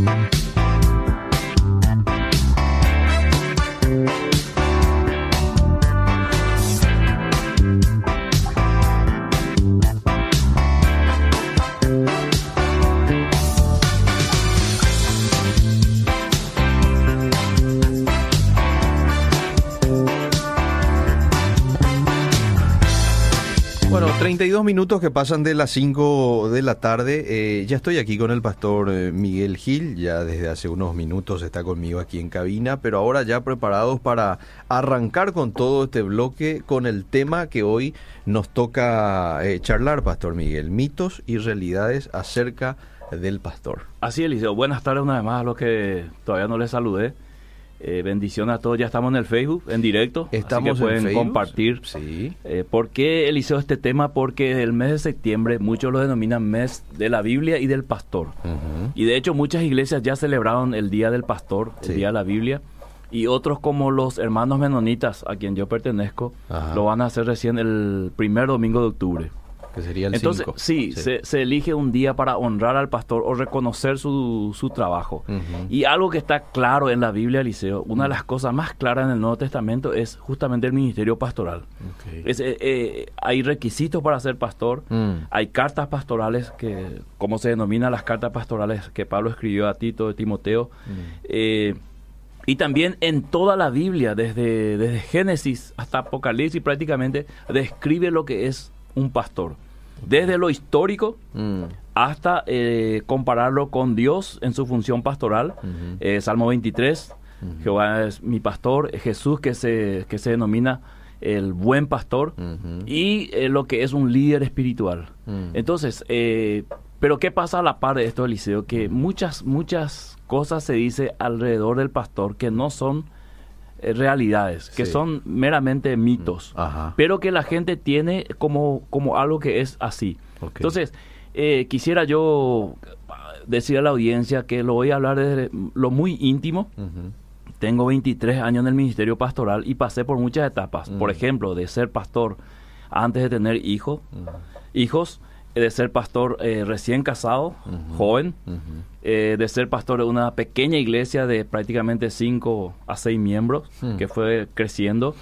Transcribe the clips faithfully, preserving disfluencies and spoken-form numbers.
treinta y dos minutos que pasan de las cinco de la tarde. Eh, ya estoy aquí con el pastor eh, Miguel Gil. Ya desde hace unos minutos está conmigo aquí en cabina. Pero ahora ya preparados para arrancar con todo este bloque con el tema que hoy nos toca eh, charlar, pastor Miguel. Mitos y realidades acerca del pastor. Así es, Eliseo. Buenas tardes una vez más a los que todavía no les saludé. Eh, bendiciones a todos. Ya estamos en el Facebook, en directo. Estamos así que pueden en Facebook, compartir. Sí. Eh, ¿Por qué, Eliseo, este tema? Porque el mes de septiembre muchos lo denominan mes de la Biblia y del pastor. Uh-huh. Y de hecho muchas iglesias ya celebraron el Día del Pastor, el sí. Día de la Biblia. Y otros como los hermanos menonitas, a quien yo pertenezco, uh-huh. lo van a hacer recién el primer domingo de octubre. Que sería el Entonces, cinco. Sí, sí. Se, se elige un día para honrar al pastor o reconocer su, su trabajo. Uh-huh. Y algo que está claro en la Biblia, Eliseo, una uh-huh. de las cosas más claras en el Nuevo Testamento es justamente el ministerio pastoral. Okay. Es, eh, eh, hay requisitos para ser pastor, uh-huh. hay cartas pastorales, que como se denominan las cartas pastorales que Pablo escribió a Tito, de Timoteo, uh-huh. eh, y también en toda la Biblia, desde, desde Génesis hasta Apocalipsis prácticamente, describe lo que es un pastor, desde lo histórico mm. hasta eh, compararlo con Dios en su función pastoral. Uh-huh. eh, Salmo veintitrés, uh-huh. Jehová es mi pastor, Jesús que se, que se denomina el buen pastor, uh-huh. y eh, lo que es un líder espiritual. Uh-huh. Entonces, eh, pero ¿qué pasa a la par de esto, Eliseo? Que uh-huh. muchas, muchas cosas se dice alrededor del pastor que no son realidades, que sí. son meramente mitos, Ajá. pero que la gente tiene como, como algo que es así. Okay. Entonces, eh, quisiera yo decir a la audiencia que lo voy a hablar desde lo muy íntimo. Uh-huh. Tengo veintitrés años en el ministerio pastoral y pasé por muchas etapas. Uh-huh. Por ejemplo, de ser pastor antes de tener hijo, uh-huh. hijos, de ser pastor eh, recién casado, uh-huh. joven, uh-huh. eh, de ser pastor de una pequeña iglesia de prácticamente cinco a seis miembros, uh-huh. que fue creciendo,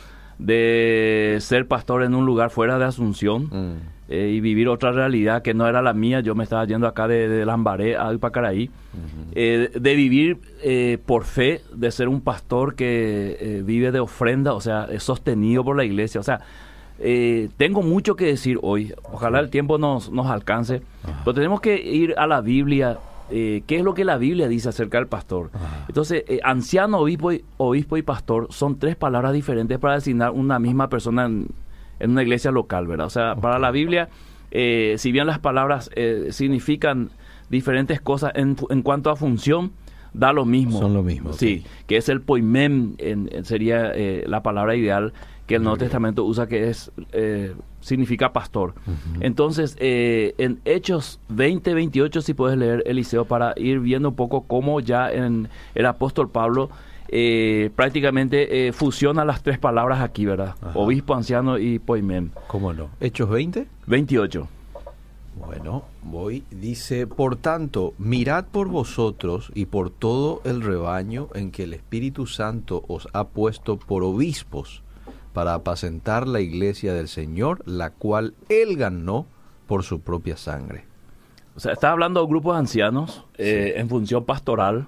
de ser pastor en un lugar fuera de Asunción, uh-huh. eh, y vivir otra realidad que no era la mía. Yo me estaba yendo acá de, de Lambaré a Ipacaraí, uh-huh. eh, de vivir eh, por fe, de ser un pastor que eh, vive de ofrenda, o sea, es sostenido por la iglesia, o sea, Eh, tengo mucho que decir hoy. Ojalá el tiempo nos, nos alcance. Ajá. Pero tenemos que ir a la Biblia. Eh, ¿Qué es lo que la Biblia dice acerca del pastor? Ajá. Entonces, eh, anciano, obispo y, obispo y pastor son tres palabras diferentes para designar una misma persona en, en una iglesia local, ¿verdad? O sea, okay. para la Biblia, eh, si bien las palabras eh, significan diferentes cosas en, en cuanto a función, da lo mismo. Son lo mismo. Sí, okay. que es el poimem, en, en, sería eh, la palabra ideal que el Nuevo okay. Testamento usa, que es eh, significa pastor. Uh-huh. Entonces, eh, en Hechos veinte, veintiocho, si puedes leer, Eliseo, para ir viendo un poco cómo ya en el apóstol Pablo eh, prácticamente eh, fusiona las tres palabras aquí, ¿verdad? Ajá. Obispo, anciano y poimem. ¿Cómo no? ¿Hechos veinte? veintiocho. Bueno, voy, dice, por tanto, mirad por vosotros y por todo el rebaño en que el Espíritu Santo os ha puesto por obispos, para apacentar la iglesia del Señor, la cual Él ganó por su propia sangre. O sea, está hablando de grupos de ancianos eh, sí. en función pastoral,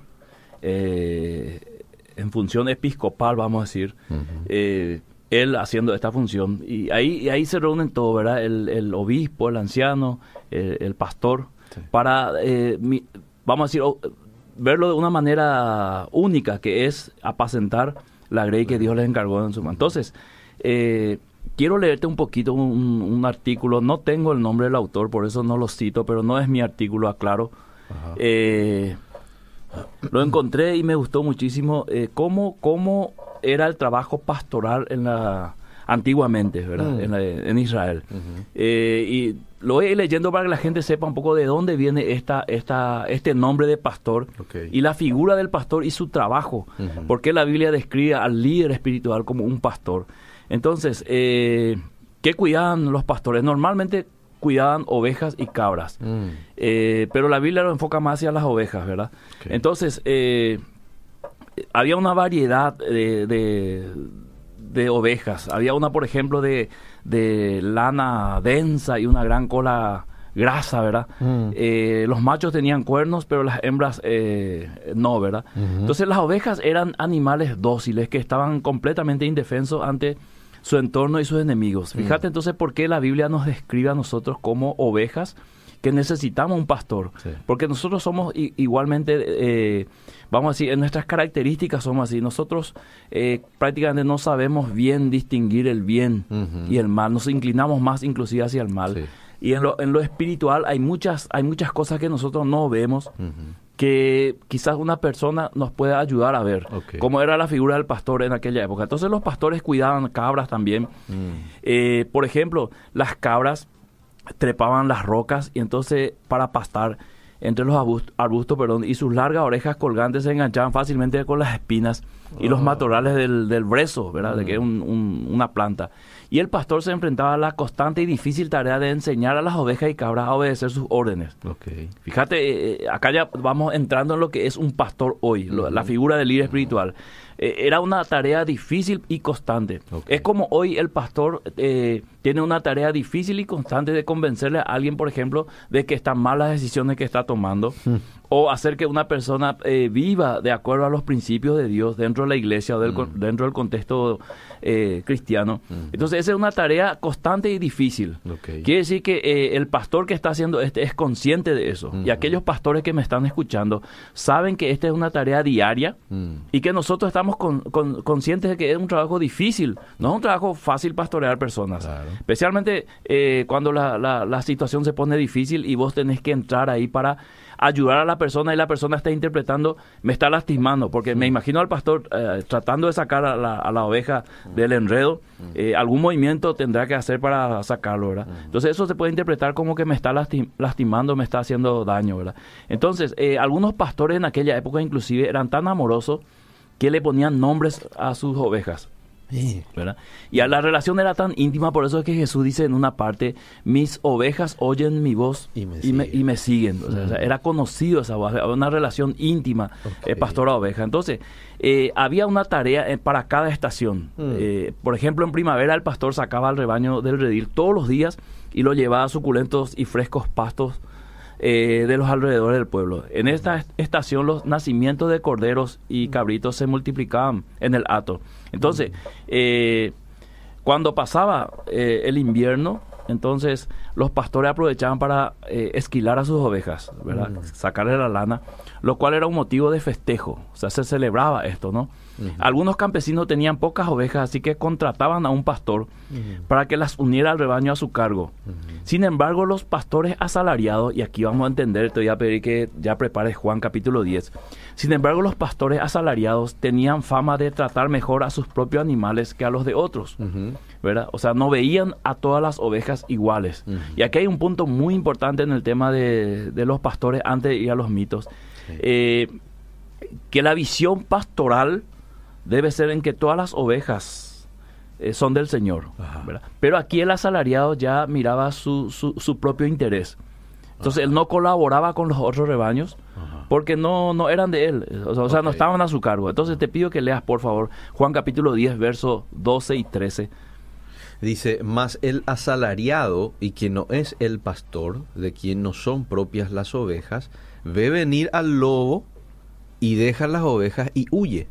eh, en función episcopal, vamos a decir, uh-huh. eh, Él haciendo esta función. Y ahí, y ahí se reúnen todos, ¿verdad? El, el obispo, el anciano, el, el pastor, sí. para, eh, mi, vamos a decir, oh, verlo de una manera única, que es apacentar la grey que Dios les encargó en su mano. Entonces, eh, quiero leerte un poquito un, un artículo. No tengo el nombre del autor, por eso no lo cito, pero no es mi artículo, aclaro. Eh, lo encontré y me gustó muchísimo eh, cómo, cómo era el trabajo pastoral en la antiguamente, ¿verdad? Mm. En, la, en Israel. Uh-huh. Eh, y lo voy leyendo para que la gente sepa un poco de dónde viene esta, esta, este nombre de pastor, okay. y la figura del pastor y su trabajo. Uh-huh. Porque la Biblia describe al líder espiritual como un pastor. Entonces, eh, ¿qué cuidaban los pastores? Normalmente cuidaban ovejas y cabras. Mm. Eh, pero la Biblia lo enfoca más hacia las ovejas, ¿verdad? Okay. Entonces, eh, había una variedad de, de, de ovejas. Había una, por ejemplo, de, de lana densa y una gran cola grasa, ¿verdad? Mm. Eh, los machos tenían cuernos, pero las hembras eh, no, ¿verdad? Uh-huh. Entonces las ovejas eran animales dóciles que estaban completamente indefensos ante su entorno y sus enemigos. Mm. Fíjate entonces por qué la Biblia nos describe a nosotros como ovejas que necesitamos un pastor. Sí. Porque nosotros somos i- igualmente, eh, vamos a decir, en nuestras características somos así. Nosotros eh, prácticamente no sabemos bien distinguir el bien uh-huh. y el mal. Nos inclinamos más inclusive hacia el mal. Sí. Y en lo, en lo espiritual hay muchas, hay muchas cosas que nosotros no vemos, uh-huh. que quizás una persona nos pueda ayudar a ver, okay. como era la figura del pastor en aquella época. Entonces los pastores cuidaban cabras también. Mm. Eh, por ejemplo, las cabras trepaban las rocas y entonces para pastar entre los arbustos, arbustos perdón, y sus largas orejas colgantes se enganchaban fácilmente con las espinas oh. y los matorrales del, del brezo, ¿verdad? Mm. De que es un, un, una planta. Y el pastor se enfrentaba a la constante y difícil tarea de enseñar a las ovejas y cabras a obedecer sus órdenes. Okay. Fíjate, eh, acá ya vamos entrando en lo que es un pastor hoy, uh-huh. lo, la figura del líder uh-huh. espiritual. Eh, era una tarea difícil y constante. Okay. Es como hoy el pastor eh, tiene una tarea difícil y constante de convencerle a alguien, por ejemplo, de que están mal las decisiones que está tomando, uh-huh. o hacer que una persona eh, viva de acuerdo a los principios de Dios dentro de la iglesia o del, uh-huh. dentro del contexto eh, cristiano. Uh-huh. Entonces, esa es una tarea constante y difícil. Okay. Quiere decir que eh, el pastor que está haciendo este es consciente de eso. Uh-huh. Y aquellos pastores que me están escuchando saben que esta es una tarea diaria uh-huh. y que nosotros estamos con, con, conscientes de que es un trabajo difícil. No es un trabajo fácil pastorear personas. Claro. Especialmente eh, cuando la, la, la situación se pone difícil y vos tenés que entrar ahí para ayudar a la persona y la persona está interpretando, me está lastimando, porque sí. me imagino al pastor eh, tratando de sacar a la, a la oveja del enredo, eh, algún movimiento tendrá que hacer para sacarlo, ¿verdad? Entonces eso se puede interpretar como que me está lastim- lastimando, me está haciendo daño, ¿verdad? Entonces, eh, algunos pastores en aquella época inclusive eran tan amorosos que le ponían nombres a sus ovejas. Sí. ¿Verdad? Y a la relación era tan íntima, por eso es que Jesús dice en una parte, mis ovejas oyen mi voz y me y siguen. Me, y me siguen. O sea, mm. o sea, era conocido esa voz, una relación íntima, okay. eh, pastor a oveja. Entonces, eh, había una tarea eh, para cada estación. Mm. Eh, por ejemplo, en primavera el pastor sacaba al rebaño del redil todos los días y lo llevaba a suculentos y frescos pastos Eh, de los alrededores del pueblo. En esta estación los nacimientos de corderos y cabritos se multiplicaban en el hato. Entonces, eh, cuando pasaba eh, el invierno, entonces los pastores aprovechaban para eh, esquilar a sus ovejas, ¿verdad? Uh-huh. Sacarle la lana, lo cual era un motivo de festejo. O sea, se celebraba esto, ¿no? Uh-huh. Algunos campesinos tenían pocas ovejas, así que contrataban a un pastor uh-huh. para que las uniera al rebaño a su cargo. Uh-huh. Sin embargo, los pastores asalariados, y aquí vamos a entender, te voy a pedir que ya prepares Juan capítulo diez. Sin embargo, los pastores asalariados tenían fama de tratar mejor a sus propios animales que a los de otros, uh-huh. ¿verdad? O sea, no veían a todas las ovejas iguales. Uh-huh. Y aquí hay un punto muy importante en el tema de, de los pastores antes de ir a los mitos. Sí. Eh, que la visión pastoral debe ser en que todas las ovejas eh, son del Señor, ¿verdad? Pero aquí el asalariado ya miraba su, su, su propio interés. Entonces, Ajá. él no colaboraba con los otros rebaños Ajá. porque no, no eran de él, o sea, okay. o sea, no estaban a su cargo. Entonces, te pido que leas, por favor, Juan capítulo diez, versos doce y trece. Dice, mas el asalariado, y quien no es el pastor, de quien no son propias las ovejas, ve venir al lobo y deja las ovejas y huye.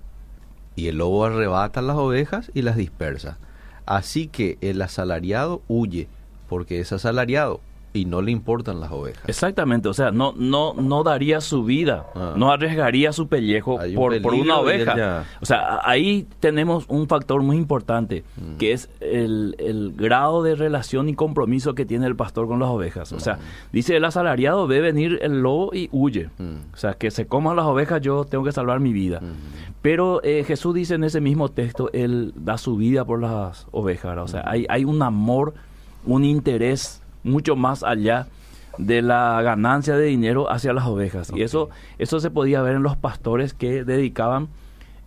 Y el lobo arrebata las ovejas y las dispersa. Así que el asalariado huye, porque es asalariado y no le importan las ovejas. Exactamente, o sea, no no no daría su vida, ah. no arriesgaría su pellejo por, por una oveja. Ya... O sea, ahí tenemos un factor muy importante, mm. que es el, el grado de relación y compromiso que tiene el pastor con las ovejas. O mm. sea, dice el asalariado, ve venir el lobo y huye. Mm. O sea, que se coman las ovejas, yo tengo que salvar mi vida. Mm. Pero eh, Jesús dice en ese mismo texto, él da su vida por las ovejas, ¿verdad? O sea, mm. hay, hay un amor, un interés mucho más allá de la ganancia de dinero hacia las ovejas. Okay. Y eso eso se podía ver en los pastores que dedicaban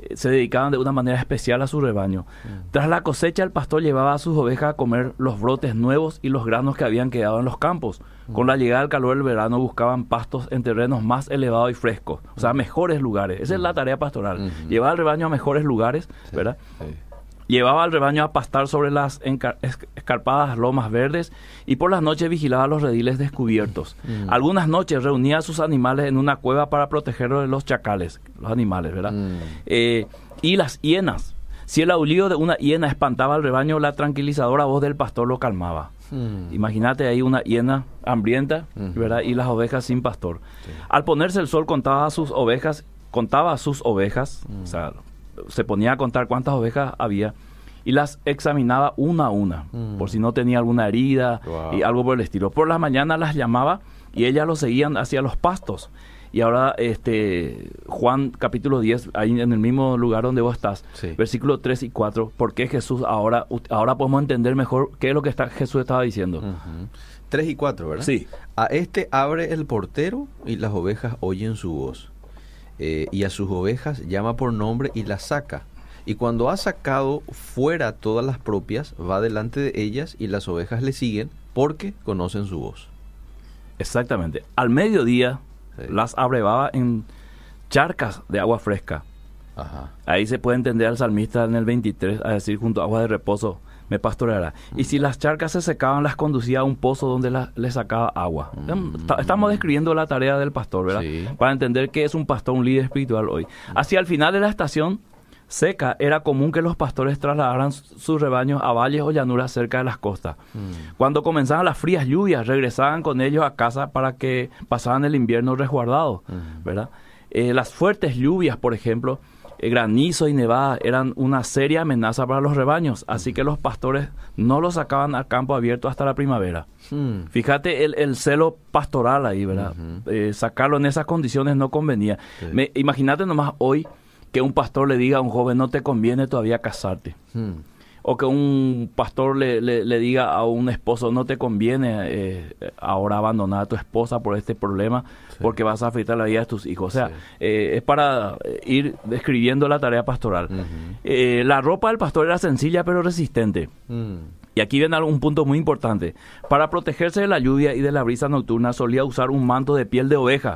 eh, se dedicaban de una manera especial a su rebaño. Mm. Tras la cosecha, el pastor llevaba a sus ovejas a comer los brotes nuevos y los granos que habían quedado en los campos. Mm. Con la llegada del calor del verano buscaban pastos en terrenos más elevados y frescos, o sea, mejores lugares. Esa mm. es la tarea pastoral, mm-hmm. llevar al rebaño a mejores lugares, sí, ¿verdad? Sí. Llevaba al rebaño a pastar sobre las encar- escarpadas lomas verdes y por las noches vigilaba los rediles descubiertos. Mm. Algunas noches reunía a sus animales en una cueva para protegerlos de los chacales, los animales, ¿verdad? Mm. Eh, y las hienas. Si el aullido de una hiena espantaba al rebaño, la tranquilizadora voz del pastor lo calmaba. Mm. Imagínate ahí una hiena hambrienta, mm-hmm. ¿verdad? Y las ovejas sin pastor. Sí. Al ponerse el sol contaba a sus ovejas, contaba a sus ovejas, mm. o sea, se ponía a contar cuántas ovejas había y las examinaba una a una, mm. por si no tenía alguna herida, wow. y algo por el estilo. Por la mañana las llamaba y ellas lo seguían hacia los pastos. Y ahora, este Juan capítulo diez, ahí en el mismo lugar donde vos estás, sí. versículo tres y cuatro, ¿por qué Jesús ahora, ahora podemos entender mejor qué es lo que está, Jesús estaba diciendo? Uh-huh. tres y cuatro, ¿verdad? Sí. A este abre el portero y las ovejas oyen su voz. Eh, y a sus ovejas llama por nombre y las saca. Y cuando ha sacado fuera todas las propias, va delante de ellas y las ovejas le siguen porque conocen su voz. Exactamente. Al mediodía sí. las abrevaba en charcas de agua fresca. Ajá. Ahí se puede entender al salmista en el veintitrés a decir, junto a agua de reposo me pastoreará. Mm. Y si las charcas se secaban, las conducía a un pozo donde la, le sacaba agua. Mm. Estamos describiendo la tarea del pastor, ¿verdad? Sí. Para entender que es un pastor, un líder espiritual hoy. Mm. Hacia el final de la estación seca, era común que los pastores trasladaran sus rebaños a valles o llanuras cerca de las costas. Mm. Cuando comenzaban las frías lluvias, regresaban con ellos a casa para que pasaran el invierno resguardados, mm. ¿verdad? Eh, las fuertes lluvias, por ejemplo, eh, granizo y nevada, eran una seria amenaza para los rebaños, así mm. que los pastores no los sacaban al campo abierto hasta la primavera. Mm. Fíjate el, el celo pastoral ahí, ¿verdad? Mm-hmm. Eh, sacarlo en esas condiciones no convenía. Sí. Me, imagínate nomás hoy que un pastor le diga a un joven, no te conviene todavía casarte. Hmm. O que un pastor le, le, le diga a un esposo, no te conviene eh, ahora abandonar a tu esposa por este problema, sí. porque vas a afectar la vida de tus hijos. O sea, sí. eh, es para ir describiendo la tarea pastoral. Uh-huh. Eh, la ropa del pastor era sencilla pero resistente. Hmm. Y aquí viene un punto muy importante. Para protegerse de la lluvia y de la brisa nocturna, solía usar un manto de piel de oveja.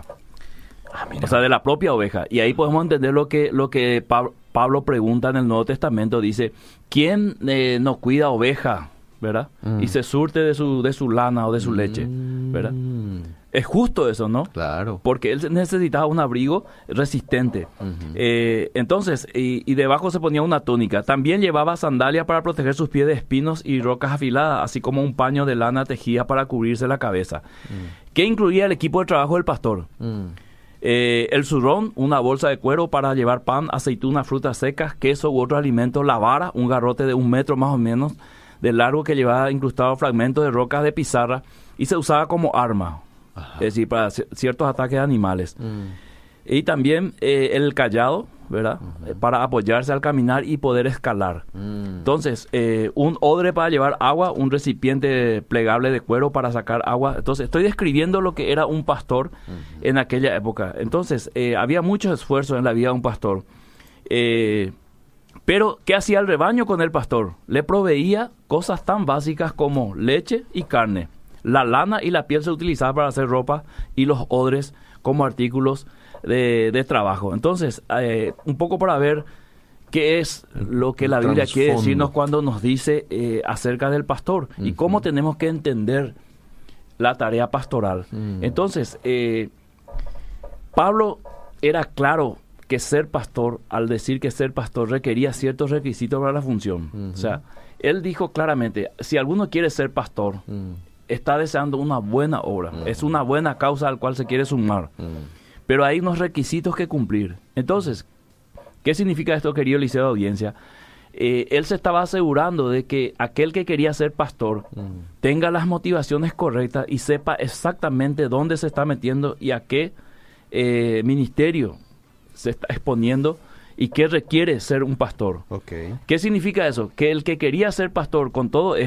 Ah, o sea, de la propia oveja. Y ahí podemos entender lo que lo que Pablo, Pablo pregunta en el Nuevo Testamento. Dice, ¿quién eh, no cuida oveja, verdad? Mm. Y se surte de su de su lana o de su mm. leche, ¿verdad? Es justo eso, ¿no? Claro. Porque él necesitaba un abrigo resistente. Uh-huh. Eh, entonces, y, y debajo se ponía una túnica. También llevaba sandalias para proteger sus pies de espinos y rocas afiladas, así como un paño de lana tejida para cubrirse la cabeza. Mm. ¿Qué incluía el equipo de trabajo del pastor? Mm. Eh, el zurrón, una bolsa de cuero para llevar pan, aceituna, frutas secas, queso u otros alimentos, la vara, un garrote de un metro más o menos de largo que llevaba incrustado fragmentos de rocas de pizarra y se usaba como arma, ajá. es decir, para c- ciertos ataques de animales. Mm. Y también eh, el cayado, ¿verdad? Uh-huh. Eh, para apoyarse al caminar y poder escalar. Mm. Entonces, eh, un odre para llevar agua, un recipiente plegable de cuero para sacar agua. Entonces, estoy describiendo lo que era un pastor uh-huh. en aquella época. Entonces, eh, había mucho esfuerzo en la vida de un pastor. Eh, pero, ¿qué hacía el rebaño con el pastor? Le proveía cosas tan básicas como leche y carne. La lana y la piel se utilizaban para hacer ropa y los odres como artículos De, de trabajo. Entonces, eh, un poco para ver qué es lo que la Biblia quiere decirnos cuando nos dice eh, acerca del pastor uh-huh. y cómo tenemos que entender la tarea pastoral. Uh-huh. Entonces, eh, Pablo era claro que ser pastor, al decir que ser pastor requería ciertos requisitos para la función. Uh-huh. O sea, él dijo claramente, si alguno quiere ser pastor, uh-huh. está deseando una buena obra, uh-huh. es una buena causa al cual se quiere sumar. Uh-huh. Pero hay unos requisitos que cumplir. Entonces, ¿qué significa esto, querido liceo de audiencia? Eh, él se estaba asegurando de que aquel que quería ser pastor mm. tenga las motivaciones correctas y sepa exactamente dónde se está metiendo y a qué eh, ministerio se está exponiendo y qué requiere ser un pastor. Okay. ¿Qué significa eso? Que el que quería ser pastor con todo esto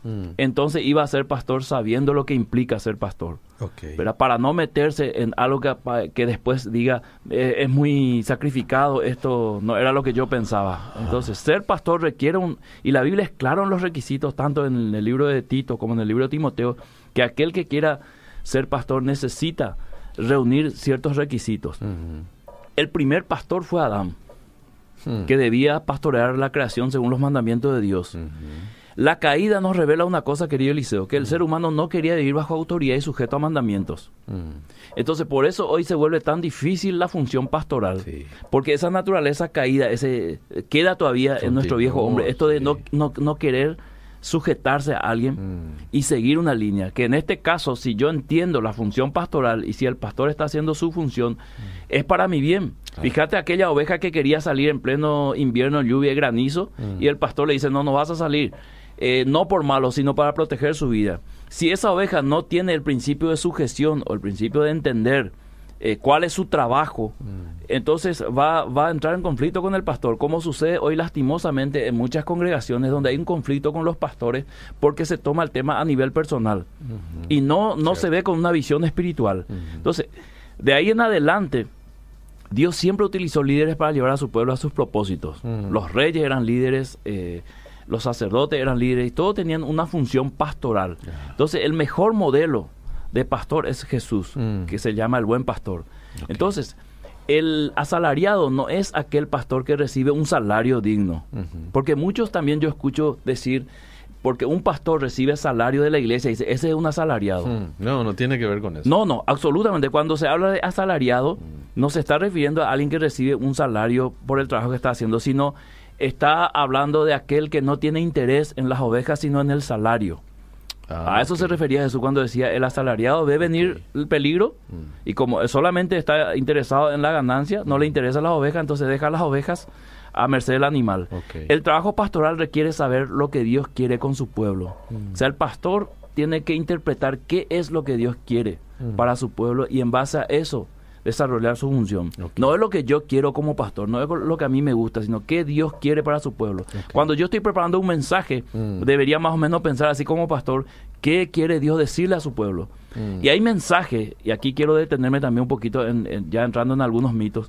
mm. entonces iba a ser pastor sabiendo lo que implica ser pastor. Okay. ¿Verdad? Para no meterse en algo que, que después diga, eh, es muy sacrificado, esto no era lo que yo pensaba. Entonces, ah. ser pastor requiere un... Y la Biblia es clara en los requisitos, tanto en el libro de Tito como en el libro de Timoteo, que aquel que quiera ser pastor necesita reunir ciertos requisitos. Uh-huh. El primer pastor fue Adán, uh-huh. que debía pastorear la creación según los mandamientos de Dios. Uh-huh. La caída nos revela una cosa, querido Eliseo, que el uh-huh. ser humano no quería vivir bajo autoridad y sujeto a mandamientos. Uh-huh. Entonces, por eso hoy se vuelve tan difícil la función pastoral, sí. porque esa naturaleza caída ese queda todavía Son en nuestro viejo hombre, esto de sí. no, no, no querer sujetarse a alguien mm. y seguir una línea, que en este caso, si yo entiendo la función pastoral y si el pastor está haciendo su función, mm. es para mi bien. Ah. Fíjate aquella oveja que quería salir en pleno invierno, lluvia y granizo, mm. y el pastor le dice, no, no vas a salir, eh, no por malo, sino para proteger su vida. Si esa oveja no tiene el principio de sujeción o el principio de entender eh, cuál es su trabajo, mm. entonces va, va a entrar en conflicto con el pastor, como sucede hoy lastimosamente en muchas congregaciones donde hay un conflicto con los pastores porque se toma el tema a nivel personal uh-huh. y no, no se ve con una visión espiritual. Uh-huh. Entonces, de ahí en adelante, Dios siempre utilizó líderes para llevar a su pueblo a sus propósitos. Uh-huh. Los reyes eran líderes, eh, los sacerdotes eran líderes, y todos tenían una función pastoral. Uh-huh. Entonces, el mejor modelo de pastor es Jesús, mm. que se llama el buen pastor. Okay. Entonces, el asalariado no es aquel pastor que recibe un salario digno. Uh-huh. Porque muchos también yo escucho decir, porque un pastor recibe salario de la iglesia, y dice, ese es un asalariado. Mm. No, no tiene que ver con eso. No, no, absolutamente. Cuando se habla de asalariado, mm. no se está refiriendo a alguien que recibe un salario por el trabajo que está haciendo, sino está hablando de aquel que no tiene interés en las ovejas, sino en el salario. Ah, a eso okay. se refería Jesús cuando decía, el asalariado ve venir okay. el peligro mm. y como solamente está interesado en la ganancia, no le interesan las ovejas, entonces deja las ovejas a merced del animal. Okay. El trabajo pastoral requiere saber lo que Dios quiere con su pueblo. Mm. O sea, el pastor tiene que interpretar qué es lo que Dios quiere mm. para su pueblo y en base a eso desarrollar su función. Okay. No es lo que yo quiero como pastor, no es lo que a mí me gusta, sino qué Dios quiere para su pueblo. Okay. Cuando yo estoy preparando un mensaje, mm. debería más o menos pensar así como pastor, ¿qué quiere Dios decirle a su pueblo? Mm. Y hay mensajes, y aquí quiero detenerme también un poquito, en, en, ya entrando en algunos mitos,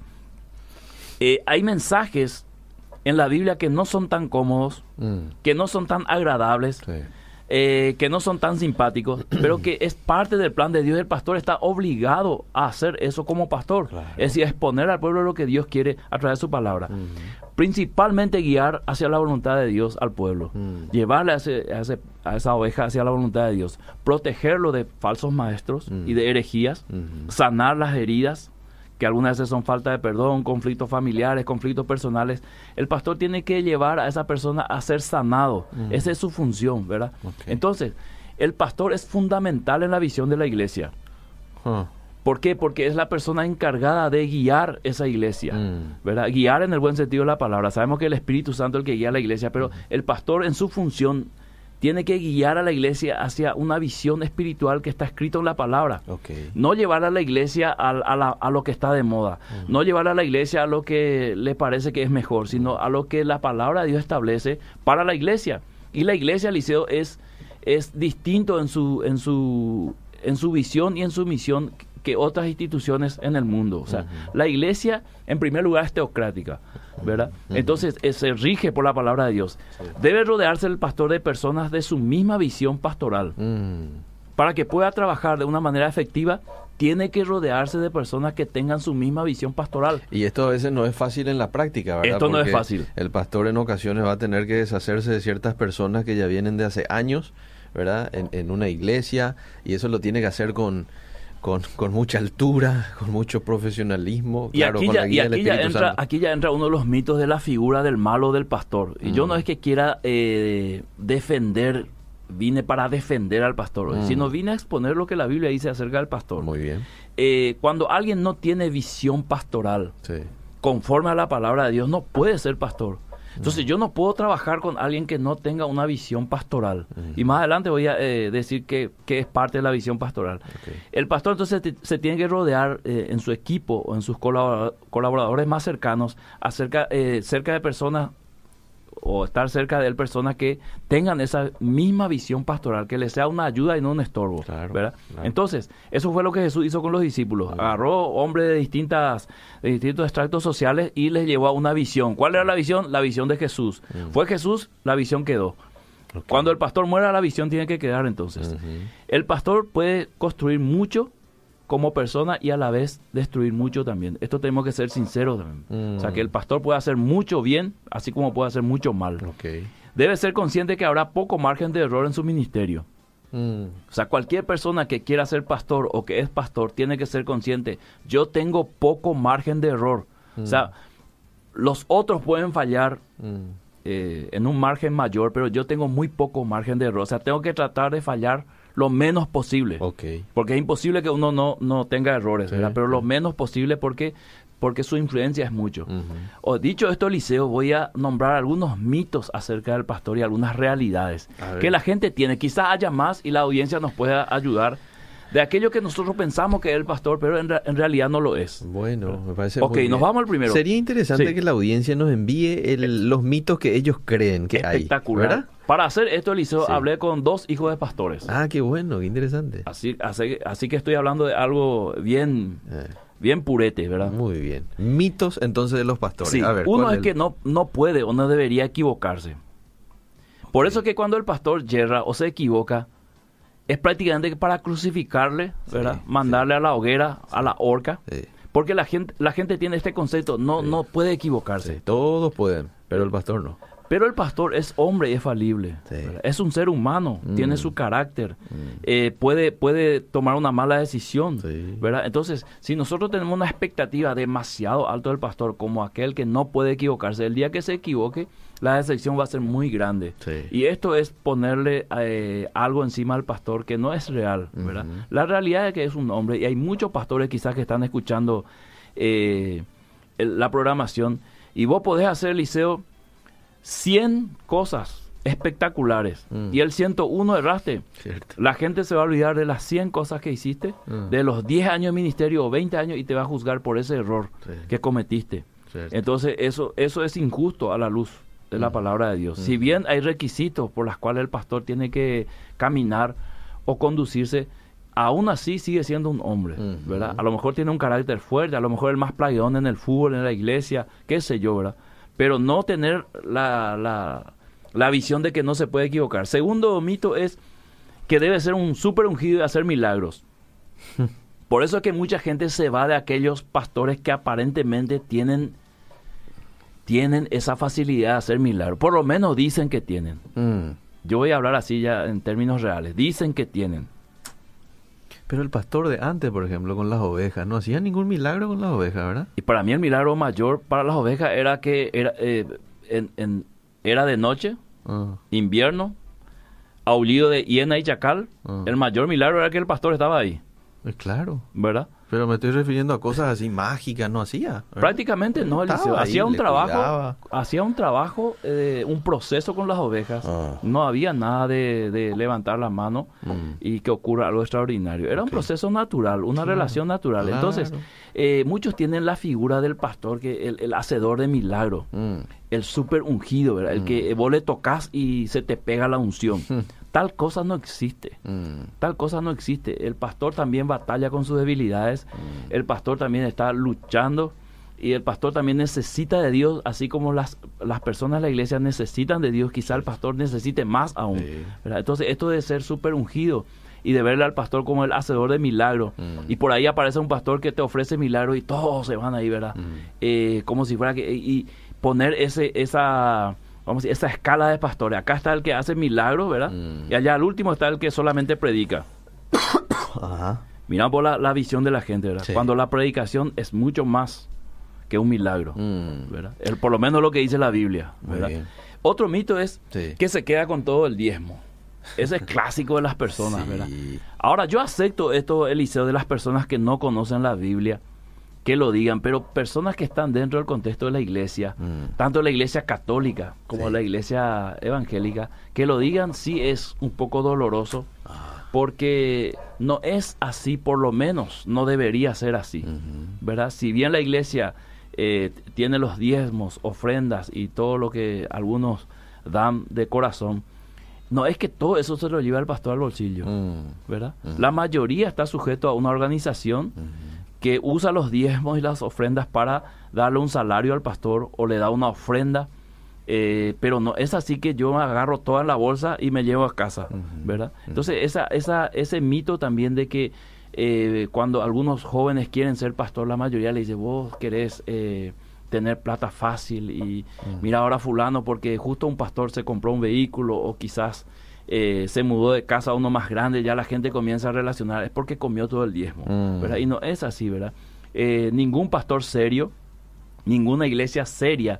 eh, hay mensajes en la Biblia que no son tan cómodos, mm. que no son tan agradables, sí. Eh, que no son tan simpáticos, pero que es parte del plan de Dios. El pastor está obligado a hacer eso como pastor, claro. es decir, exponer al pueblo lo que Dios quiere a través de su palabra. Uh-huh. Principalmente guiar hacia la voluntad de Dios al pueblo, uh-huh. llevarle a, ese, a, ese, a esa oveja hacia la voluntad de Dios, protegerlo de falsos maestros uh-huh. y de herejías, uh-huh. sanar las heridas, que algunas veces son falta de perdón, conflictos familiares, conflictos personales. El pastor tiene que llevar a esa persona a ser sanado. Uh-huh. Esa es su función, ¿verdad? Okay. Entonces, el pastor es fundamental en la visión de la iglesia. Huh. ¿Por qué? Porque es la persona encargada de guiar esa iglesia, uh-huh. ¿verdad? Guiar en el buen sentido de la palabra. Sabemos que el Espíritu Santo es el que guía a la iglesia, pero uh-huh. el pastor en su función tiene que guiar a la iglesia hacia una visión espiritual que está escrito en la palabra. Okay. No llevar a la iglesia a, a, la, a lo que está de moda. Uh-huh. No llevar a la iglesia a lo que le parece que es mejor, sino a lo que la palabra de Dios establece para la iglesia. Y la iglesia, Eliseo, es, es distinto en su, en, su, en su visión y en su misión que otras instituciones en el mundo. O sea, uh-huh. la iglesia, en primer lugar, es teocrática, ¿verdad? Uh-huh. Entonces, eh, se rige por la palabra de Dios. Sí. Debe rodearse el pastor de personas de su misma visión pastoral. Uh-huh. Para que pueda trabajar de una manera efectiva, tiene que rodearse de personas que tengan su misma visión pastoral. Y esto a veces no es fácil en la práctica, ¿verdad? Esto no Porque es fácil. El pastor en ocasiones va a tener que deshacerse de ciertas personas que ya vienen de hace años, ¿verdad? En, en una iglesia, y eso lo tiene que hacer con... Con, con mucha altura, con mucho profesionalismo. Y, claro, aquí, con ya, la guía y aquí, ya entra, aquí ya entra uno de los mitos de la figura del malo del pastor. Y mm. yo no es que quiera eh, defender, vine para defender al pastor, mm. sino vine a exponer lo que la Biblia dice acerca del pastor. Muy bien. Eh, cuando alguien no tiene visión pastoral, sí. conforme a la palabra de Dios, no puede ser pastor. Entonces, yo no puedo trabajar con alguien que no tenga una visión pastoral. Uh-huh. Y más adelante voy a eh, decir que, que es parte de la visión pastoral. Okay. El pastor, entonces, te, se tiene que rodear eh, en su equipo o en sus colabor- colaboradores más cercanos, acerca, eh, cerca de personas o estar cerca de él personas que tengan esa misma visión pastoral, que les sea una ayuda y no un estorbo, Claro, ¿verdad? claro. Entonces, eso fue lo que Jesús hizo con los discípulos. Mm. Agarró hombres de distintas, de distintos extractos sociales y les llevó a una visión. ¿Cuál era la visión? La visión de Jesús. Mm. Fue Jesús, la visión quedó. Ok. Cuando el pastor muera, la visión tiene que quedar entonces. Ujú. El pastor puede construir mucho como persona y a la vez destruir mucho también. Esto tenemos que ser sinceros también. Mm. O sea, que el pastor puede hacer mucho bien, así como puede hacer mucho mal. Ok. Debe ser consciente que habrá poco margen de error en su ministerio. Mm. O sea, cualquier persona que quiera ser pastor o que es pastor tiene que ser consciente, yo tengo poco margen de error. O sea, los otros pueden fallar Mm. eh, en un margen mayor, pero yo tengo muy poco margen de error. O sea, tengo que tratar de fallar lo menos posible. Ok. Porque es imposible que uno no, no tenga errores, Sí, ¿verdad? Pero lo sí. menos posible porque, porque su influencia es mucho. Ujú. O, dicho esto, Eliseo, voy a nombrar algunos mitos acerca del pastor y algunas realidades A ver. que la gente tiene. Quizás haya más y la audiencia nos pueda ayudar de aquello que nosotros pensamos que es el pastor, pero en, re- en realidad no lo es. Bueno, me parece Ok, muy bien. nos vamos al primero. Sería interesante Sí. que la audiencia nos envíe el- los mitos que ellos creen que hay. Espectacular. ¿Verdad? Para hacer esto, Eliseo, Sí. hablé con dos hijos de pastores. Ah, qué bueno, qué interesante. Así, así, así que estoy hablando de algo bien, Eh, bien purete, ¿verdad? muy bien. Mitos entonces de los pastores. Sí, A ver, uno ¿cuál es que no, no puede o no debería equivocarse. Por eso es que cuando el pastor yerra o se equivoca, es prácticamente para crucificarle, ¿verdad? Sí, Mandarle a la hoguera, a la horca. Sí, Porque la gente, la gente tiene este concepto, no, Sí. no puede equivocarse. sí, todos pueden, pero el pastor no. Pero el pastor es hombre y es falible. Sí. ¿verdad? Es un ser humano, Mm. tiene su carácter, Mm. eh, puede, puede tomar una mala decisión. Sí. ¿verdad? Entonces, si nosotros tenemos una expectativa demasiado alta del pastor, como aquel que no puede equivocarse, el día que se equivoque, la decepción va a ser muy grande. Sí. Y esto es ponerle eh, algo encima al pastor que no es real. ¿verdad? Ujú. La realidad es que es un hombre, y hay muchos pastores quizás que están escuchando eh, el- la programación, y vos podés hacer, Eliseo, cien cosas espectaculares, Mm. y el ciento uno erraste. Cierto. La gente se va a olvidar de las cien cosas que hiciste, Mm. de los diez años de ministerio o veinte años, y te va a juzgar por ese error Sí. que cometiste. Cierto. Entonces, eso, eso es injusto a la luz de la Mm. palabra de Dios. Mm. Si bien hay requisitos por los cuales el pastor tiene que caminar o conducirse, aún así sigue siendo un hombre, Ujú. ¿verdad? A lo mejor tiene un carácter fuerte, a lo mejor el más playón en el fútbol, en la iglesia, qué sé yo, ¿verdad? Pero no tener la, la, la visión de que no se puede equivocar. Segundo mito es que debe ser un súper ungido y hacer milagros. Por eso es que mucha gente se va de aquellos pastores que aparentemente tienen, tienen esa facilidad de hacer milagros. Por lo menos dicen que tienen. Mm. Yo voy a hablar así ya en términos reales. Dicen que tienen. Pero el pastor de antes, por ejemplo, con las ovejas, no hacía ningún milagro con las ovejas, ¿verdad? Y para mí el milagro mayor para las ovejas era que era, eh, en- en- era de noche, Ah, invierno, aullido de hiena y chacal. Ah. El mayor milagro era que el pastor estaba ahí, eh, claro. ¿verdad? Pero me estoy refiriendo a cosas así mágicas, no hacía. ¿verdad? Prácticamente no, Estaba Eliseo. ahí, Hacía un le trabajo, cuidaba. hacía un trabajo, eh, un proceso con las ovejas. Ah. No había nada de, de levantar la mano Mm. y que ocurra algo extraordinario. Era Ok. un proceso natural, una Claro, relación natural. claro. Entonces, eh, muchos tienen la figura del pastor, que el, el hacedor de milagros, Mm. el súper ungido, ¿verdad? El Mm. que vos le tocas y se te pega la unción. Tal cosa no existe. Mm. Tal cosa no existe. El pastor también batalla con sus debilidades. Mm. El pastor también está luchando. Y el pastor también necesita de Dios, así como las, las personas de la iglesia necesitan de Dios. Quizá el pastor necesite más aún. Sí. ¿verdad? Entonces, esto de ser súper ungido y de verle al pastor como el hacedor de milagros. Mm. Y por ahí aparece un pastor que te ofrece milagros y todos se van ahí, ¿verdad? Mm. Eh, como si fuera que... Y poner ese esa... Vamos a decir, esa escala de pastores. Acá está el que hace milagros, ¿verdad? Mm. Y allá al último está el que solamente predica. Ajá. Mira por la, la visión de la gente, ¿verdad? Sí. Cuando la predicación es mucho más que un milagro, Mm. ¿verdad? El, por lo menos lo que dice la Biblia, Muy ¿verdad? bien. Otro mito es Sí. que se queda con todo el diezmo. Ese es clásico de las personas, Sí. ¿verdad? Ahora, yo acepto esto, Eliseo, de las personas que no conocen la Biblia, que lo digan, pero personas que están dentro del contexto de la iglesia, Mm. tanto la iglesia católica como Sí. la iglesia evangélica, que lo digan sí es un poco doloroso, Ah. porque no es así, por lo menos no debería ser así, Ujú. ¿verdad? Si bien la iglesia eh, tiene los diezmos, ofrendas y todo lo que algunos dan de corazón, no es que todo eso se lo lleva el pastor al bolsillo, mm. ¿verdad? Mm. La mayoría está sujeto a una organización mm. que usa los diezmos y las ofrendas para darle un salario al pastor o le da una ofrenda, eh, pero no es así que yo agarro toda la bolsa y me llevo a casa, mm. ¿verdad? Mm. Entonces esa, esa, ese mito también de que eh, cuando algunos jóvenes quieren ser pastor, la mayoría le dice, vos querés eh, tener plata fácil y mm. mira ahora fulano porque justo un pastor se compró un vehículo o quizás eh, se mudó de casa a uno más grande, ya la gente comienza a relacionar, es porque comió todo el diezmo, mm. ¿verdad? Y no es así, ¿verdad? Eh, ningún pastor serio, ninguna iglesia seria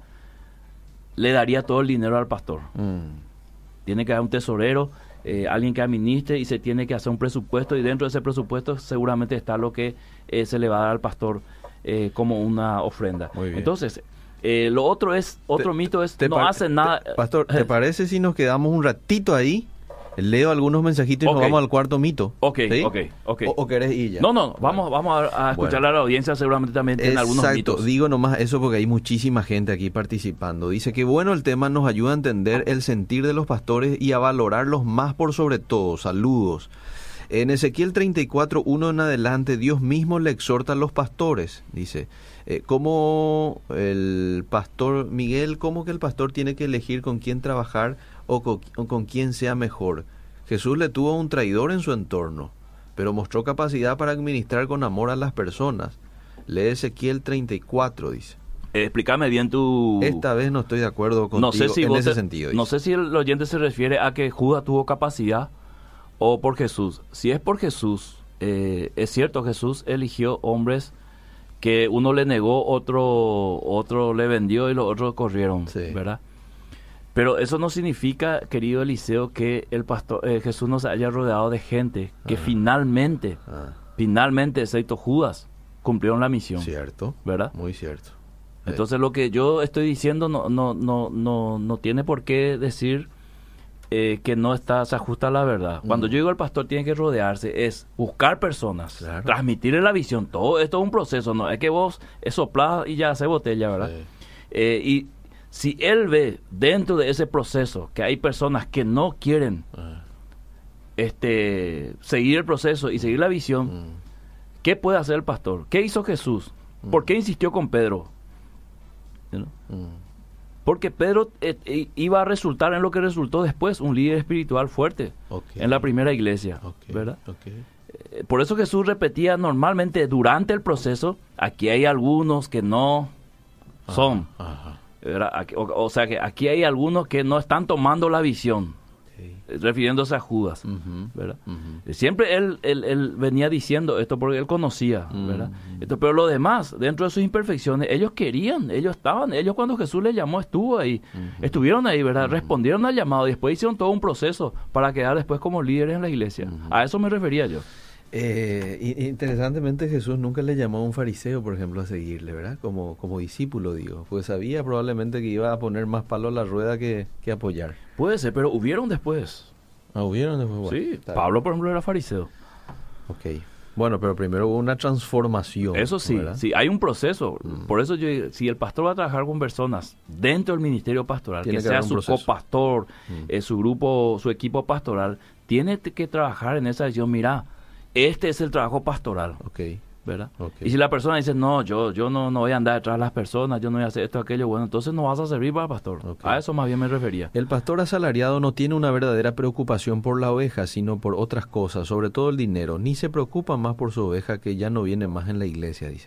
le daría todo el dinero al pastor. Mm. Tiene que haber un tesorero, eh, alguien que administre y se tiene que hacer un presupuesto y dentro de ese presupuesto seguramente está lo que eh, se le va a dar al pastor eh, como una ofrenda. Entonces, eh, lo otro es, otro te, mito es, no hacen nada. Te, pastor, ¿te parece si nos quedamos un ratito ahí? Leo algunos mensajitos y okay. nos vamos al cuarto mito. Ok, ¿sí? ok, ok. O, ¿O querés ir ya? No, no, vamos, vamos a, a escuchar bueno. a la audiencia seguramente también en algunos mitos. Exacto, digo nomás eso porque hay muchísima gente aquí participando. Dice que bueno, el tema nos ayuda a entender el sentir de los pastores y a valorarlos más por sobre todo. Saludos. En Ezequiel treinta y cuatro, uno en adelante, Dios mismo le exhorta a los pastores. Dice, eh, ¿cómo el pastor Miguel, cómo que el pastor tiene que elegir con quién trabajar o con, o con quién sea mejor? Jesús le tuvo un traidor en su entorno, pero mostró capacidad para administrar con amor a las personas. Lee Ezequiel treinta y cuatro, dice. Eh, explícame bien tu... Esta vez no estoy de acuerdo contigo no sé si en ese te... sentido. Dice. No sé si el oyente se refiere a que Judas tuvo capacidad o por Jesús. Si es por Jesús, eh, es cierto, Jesús eligió hombres que uno le negó, otro otro le vendió y los otros corrieron, sí. ¿verdad? Pero eso no significa, querido Eliseo, que el pastor eh, Jesús no se haya rodeado de gente que ah. finalmente, ah. finalmente, excepto Judas, cumplieron la misión. Cierto, ¿verdad? Muy cierto. Entonces, lo que yo estoy diciendo no no no no no tiene por qué decir eh, que no está se ajusta a la verdad. Mm. Cuando yo digo el pastor tiene que rodearse, es buscar personas, claro. transmitirle la visión. Todo esto es un proceso, no es que vos soplás y ya hace botella, ¿verdad? Sí. Eh, y si él ve dentro de ese proceso que hay personas que no quieren uh. este seguir el proceso y seguir la visión, uh. ¿qué puede hacer el pastor? ¿Qué hizo Jesús? Uh. ¿Por qué insistió con Pedro? ¿No? Uh. Porque Pedro eh, eh, iba a resultar en lo que resultó después, un líder espiritual fuerte okay. en la primera iglesia, okay. ¿verdad? Okay. Eh, por eso Jesús repetía normalmente durante el proceso, aquí hay algunos que no son... Ajá, ajá. O, o sea que aquí hay algunos que no están tomando la visión, okay. refiriéndose a Judas, uh-huh, ¿verdad? Uh-huh. Siempre él, él, él venía diciendo esto porque él conocía, uh-huh. ¿verdad? Esto, pero lo demás, dentro de sus imperfecciones, ellos querían, ellos estaban, ellos cuando Jesús les llamó estuvo ahí, uh-huh. estuvieron ahí, ¿verdad? Uh-huh. Respondieron al llamado y después hicieron todo un proceso para quedar después como líderes en la iglesia. Uh-huh. A eso me refería yo. Eh, interesantemente Jesús nunca le llamó a un fariseo, por ejemplo, a seguirle, ¿verdad? Como, como discípulo, digo. Pues sabía probablemente que iba a poner más palo a la rueda que, que apoyar. Puede ser, pero hubieron después. Ah, hubieron después. Bueno, sí, Pablo, por ejemplo, era fariseo. Ok. Bueno, pero primero hubo una transformación. Eso sí, ¿verdad? Sí, hay un proceso. Mm. Por eso yo, si el pastor va a trabajar con personas dentro del ministerio pastoral, tiene que, que sea su copastor, mm. eh, su grupo, su equipo pastoral, tiene que trabajar en esa visión. Mira, este es el trabajo pastoral, okay. ¿verdad? Okay. Y si la persona dice, no, yo yo no, no voy a andar detrás de las personas, yo no voy a hacer esto, aquello, bueno, entonces no vas a servir para el pastor. Okay. A eso más bien me refería. El pastor asalariado no tiene una verdadera preocupación por la oveja, sino por otras cosas, sobre todo el dinero. Ni se preocupa más por su oveja que ya no viene más en la iglesia, dice.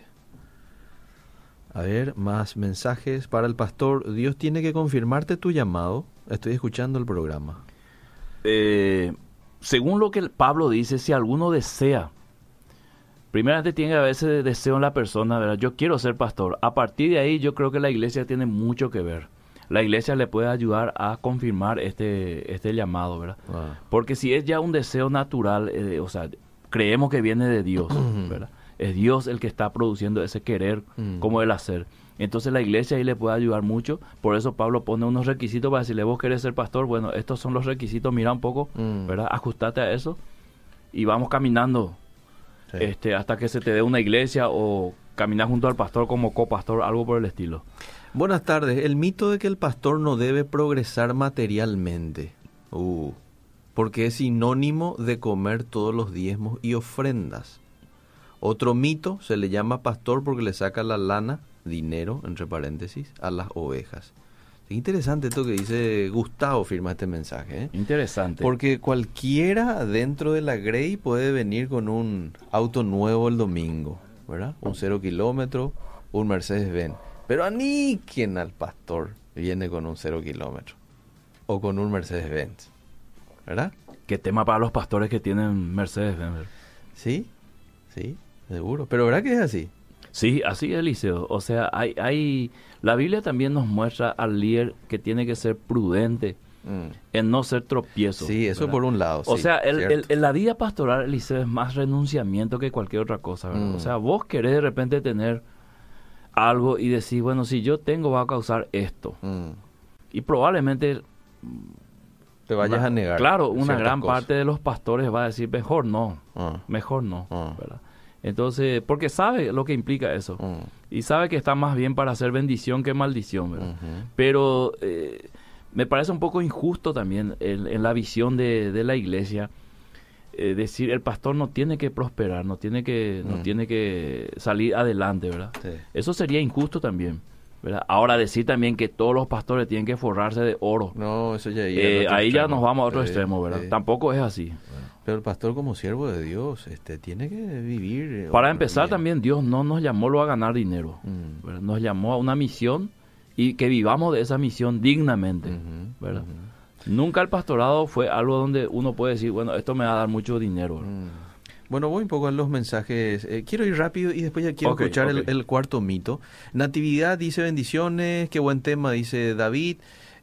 A ver, más mensajes para el pastor. Dios tiene que confirmarte tu llamado. Estoy escuchando el programa. Eh... Según lo que Pablo dice, si alguno desea, primeramente tiene que haber ese deseo en la persona, ¿verdad? Yo quiero ser pastor. A partir de ahí yo creo que la iglesia tiene mucho que ver. La iglesia le puede ayudar a confirmar este este llamado, ¿verdad? Wow. Porque si es ya un deseo natural, eh, o sea, creemos que viene de Dios, ¿verdad? Es Dios el que está produciendo ese querer como el hacer. Entonces la iglesia ahí le puede ayudar mucho. Por eso Pablo pone unos requisitos para decirle, vos querés ser pastor, bueno, estos son los requisitos, mira un poco, mm. ¿verdad? Ajustate a eso y vamos caminando sí. este hasta que se te dé una iglesia o caminar junto al pastor como copastor, algo por el estilo. Buenas tardes. El mito de que el pastor no debe progresar materialmente. Uh, porque es sinónimo de comer todos los diezmos y ofrendas. Otro mito, se le llama pastor porque le saca la lana, dinero, entre paréntesis, a las ovejas. Es interesante esto que dice Gustavo, firma este mensaje. ¿eh? Interesante. Porque cualquiera dentro de la Grey puede venir con un auto nuevo el domingo, ¿verdad? Un cero kilómetro, un Mercedes-Benz. Pero a ni quien al pastor viene con un cero kilómetro o con un Mercedes-Benz, ¿verdad? Qué tema para los pastores que tienen Mercedes-Benz. Sí, sí, seguro. Pero ¿verdad que es así? Sí, así es, Eliseo. O sea, hay, hay, la Biblia también nos muestra al líder que tiene que ser prudente mm. en no ser tropiezo. Sí, eso ¿verdad? Por un lado. O sí, sea, el, el, el, la vida pastoral, Eliseo, es más renunciamiento que cualquier otra cosa, ¿verdad? Mm. O sea, vos querés de repente tener algo y decir, bueno, si yo tengo va a causar esto. Mm. Y probablemente te vayas una, a negar. Claro, una gran cosas. parte de los pastores va a decir, mejor no, ah. mejor no, ah. ¿verdad? Entonces, porque sabe lo que implica eso. Ah. Y sabe que está más bien para hacer bendición que maldición, ¿verdad? Uh-huh. Pero eh, me parece un poco injusto también en, en la visión de, de la iglesia eh, decir el pastor no tiene que prosperar, no tiene que, uh-huh. no tiene que salir adelante, ¿verdad? Sí. Eso sería injusto también, ¿verdad? Ahora decir también que todos los pastores tienen que forrarse de oro. No, eso ya eh, ahí extremo. Ya nos vamos a otro sí, extremo, ¿verdad? Sí. Tampoco es así. Pero el pastor como siervo de Dios este tiene que vivir. Para empezar bien. También Dios no nos llamó a ganar dinero, mm. ¿verdad? Nos llamó a una misión y que vivamos de esa misión dignamente, uh-huh, ¿verdad? Uh-huh. Nunca el pastorado fue algo donde uno puede decir, bueno, esto me va a dar mucho dinero. Mm. Bueno, voy un poco a los mensajes. Eh, quiero ir rápido y después ya quiero okay, escuchar okay. El, el cuarto mito. Natividad dice bendiciones, qué buen tema, dice David.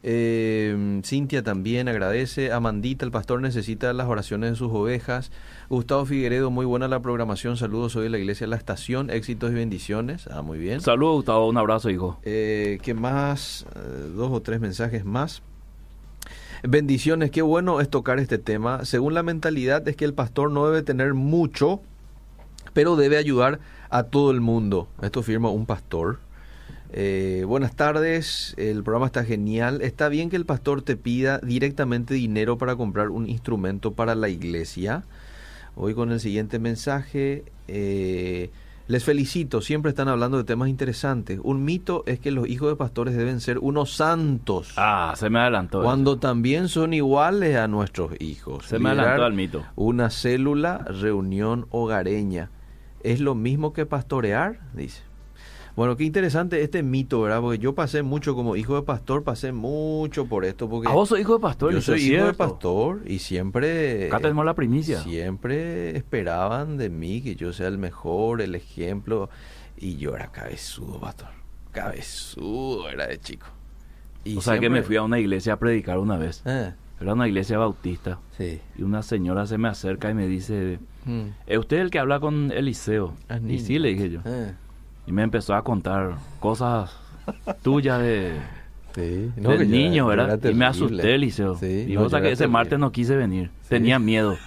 Eh, Cintia también agradece. Amandita, el pastor necesita las oraciones de sus ovejas. Gustavo Figueredo, muy buena la programación. Saludos, soy de la iglesia La Estación. Éxitos y bendiciones. Ah, muy bien. Saludos, Gustavo. Un abrazo, hijo. Eh, ¿Qué más? Eh, dos o tres mensajes más. Bendiciones, qué bueno es tocar este tema. Según la mentalidad es que el pastor no debe tener mucho, pero debe ayudar a todo el mundo. Esto firma un pastor. Eh, buenas tardes, el programa está genial. Está bien que el pastor te pida directamente dinero para comprar un instrumento para la iglesia. Voy con el siguiente mensaje. Eh, les felicito, siempre están hablando de temas interesantes. Un mito es que los hijos de pastores deben ser unos santos. Ah, se me adelantó. Cuando eso. También son iguales a nuestros hijos. Se me adelantó al mito. Una célula, reunión hogareña. ¿Es lo mismo que pastorear? Dice. Bueno, qué interesante este mito, ¿verdad? Porque yo pasé mucho como hijo de pastor, pasé mucho por esto. Porque ¿A vos sos hijo de pastor? Yo soy hijo cierto. de pastor y siempre... Acá tenemos la primicia. Siempre esperaban de mí que yo sea el mejor, el ejemplo. Y yo era cabezudo, pastor. Cabezudo era de chico. Y o sea siempre... que me fui a una iglesia a predicar una vez. Eh. Era una iglesia bautista. Sí. Y una señora se me acerca y me dice, hmm. ¿es usted el que habla con Eliseo? Ah, y sí, le dije yo. Eh. Y me empezó a contar cosas tuyas de, sí, no, del niño, era, ¿verdad? Y me asusté, Eliseo. Sí, y no, vos sabés que ese terrible. martes no quise venir. Sí. Tenía miedo.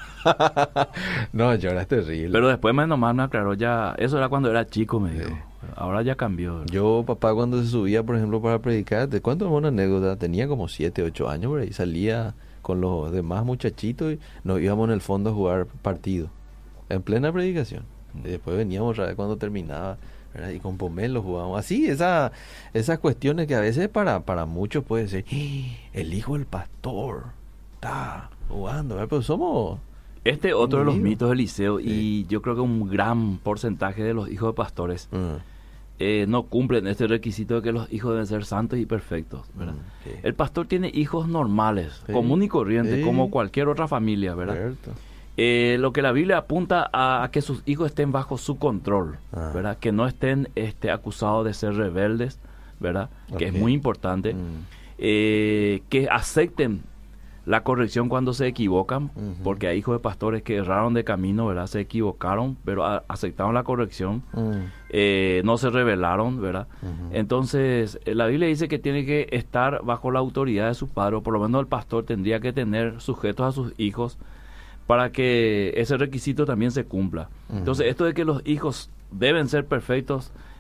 No, yo era terrible. Pero después me nomás me aclaró ya. Eso era cuando era chico, me dijo. Sí. Ahora ya cambió. ¿Verdad? Yo, papá, cuando se subía, por ejemplo, para predicar, te cuento una anécdota. Tenía como siete, ocho años, ¿verdad? Y salía con los demás muchachitos y nos íbamos en el fondo a jugar partido. En plena predicación. Y después veníamos otra vez cuando terminaba. ¿verdad? Y con Pomelo jugábamos así, esa, esas cuestiones que a veces para, para muchos puede ser, el hijo del pastor está jugando, ¿verdad? Pero somos... Este otro de los mitos del Eliseo, sí. Y yo creo que un gran porcentaje de los hijos de pastores uh-huh. eh, no cumplen este requisito de que los hijos deben ser santos y perfectos, ¿verdad? Uh-huh. Sí. El pastor tiene hijos normales, sí. común y corriente, sí. como cualquier otra familia, ¿verdad? Cierto. Eh, lo que la Biblia apunta a, a que sus hijos estén bajo su control, ah. ¿verdad? Que no estén este, acusados de ser rebeldes, ¿verdad? Okay. Que es muy importante. Mm. Eh, que acepten la corrección cuando se equivocan, uh-huh. porque hay hijos de pastores que erraron de camino, ¿verdad? Se equivocaron, pero a, aceptaron la corrección, uh-huh. eh, no se rebelaron, ¿verdad? Uh-huh. Entonces, la Biblia dice que tiene que estar bajo la autoridad de su padre, o por lo menos el pastor tendría que tener sujetos a sus hijos, para que ese requisito también se cumpla. Uh-huh. Entonces, esto de que los hijos deben ser perfectos,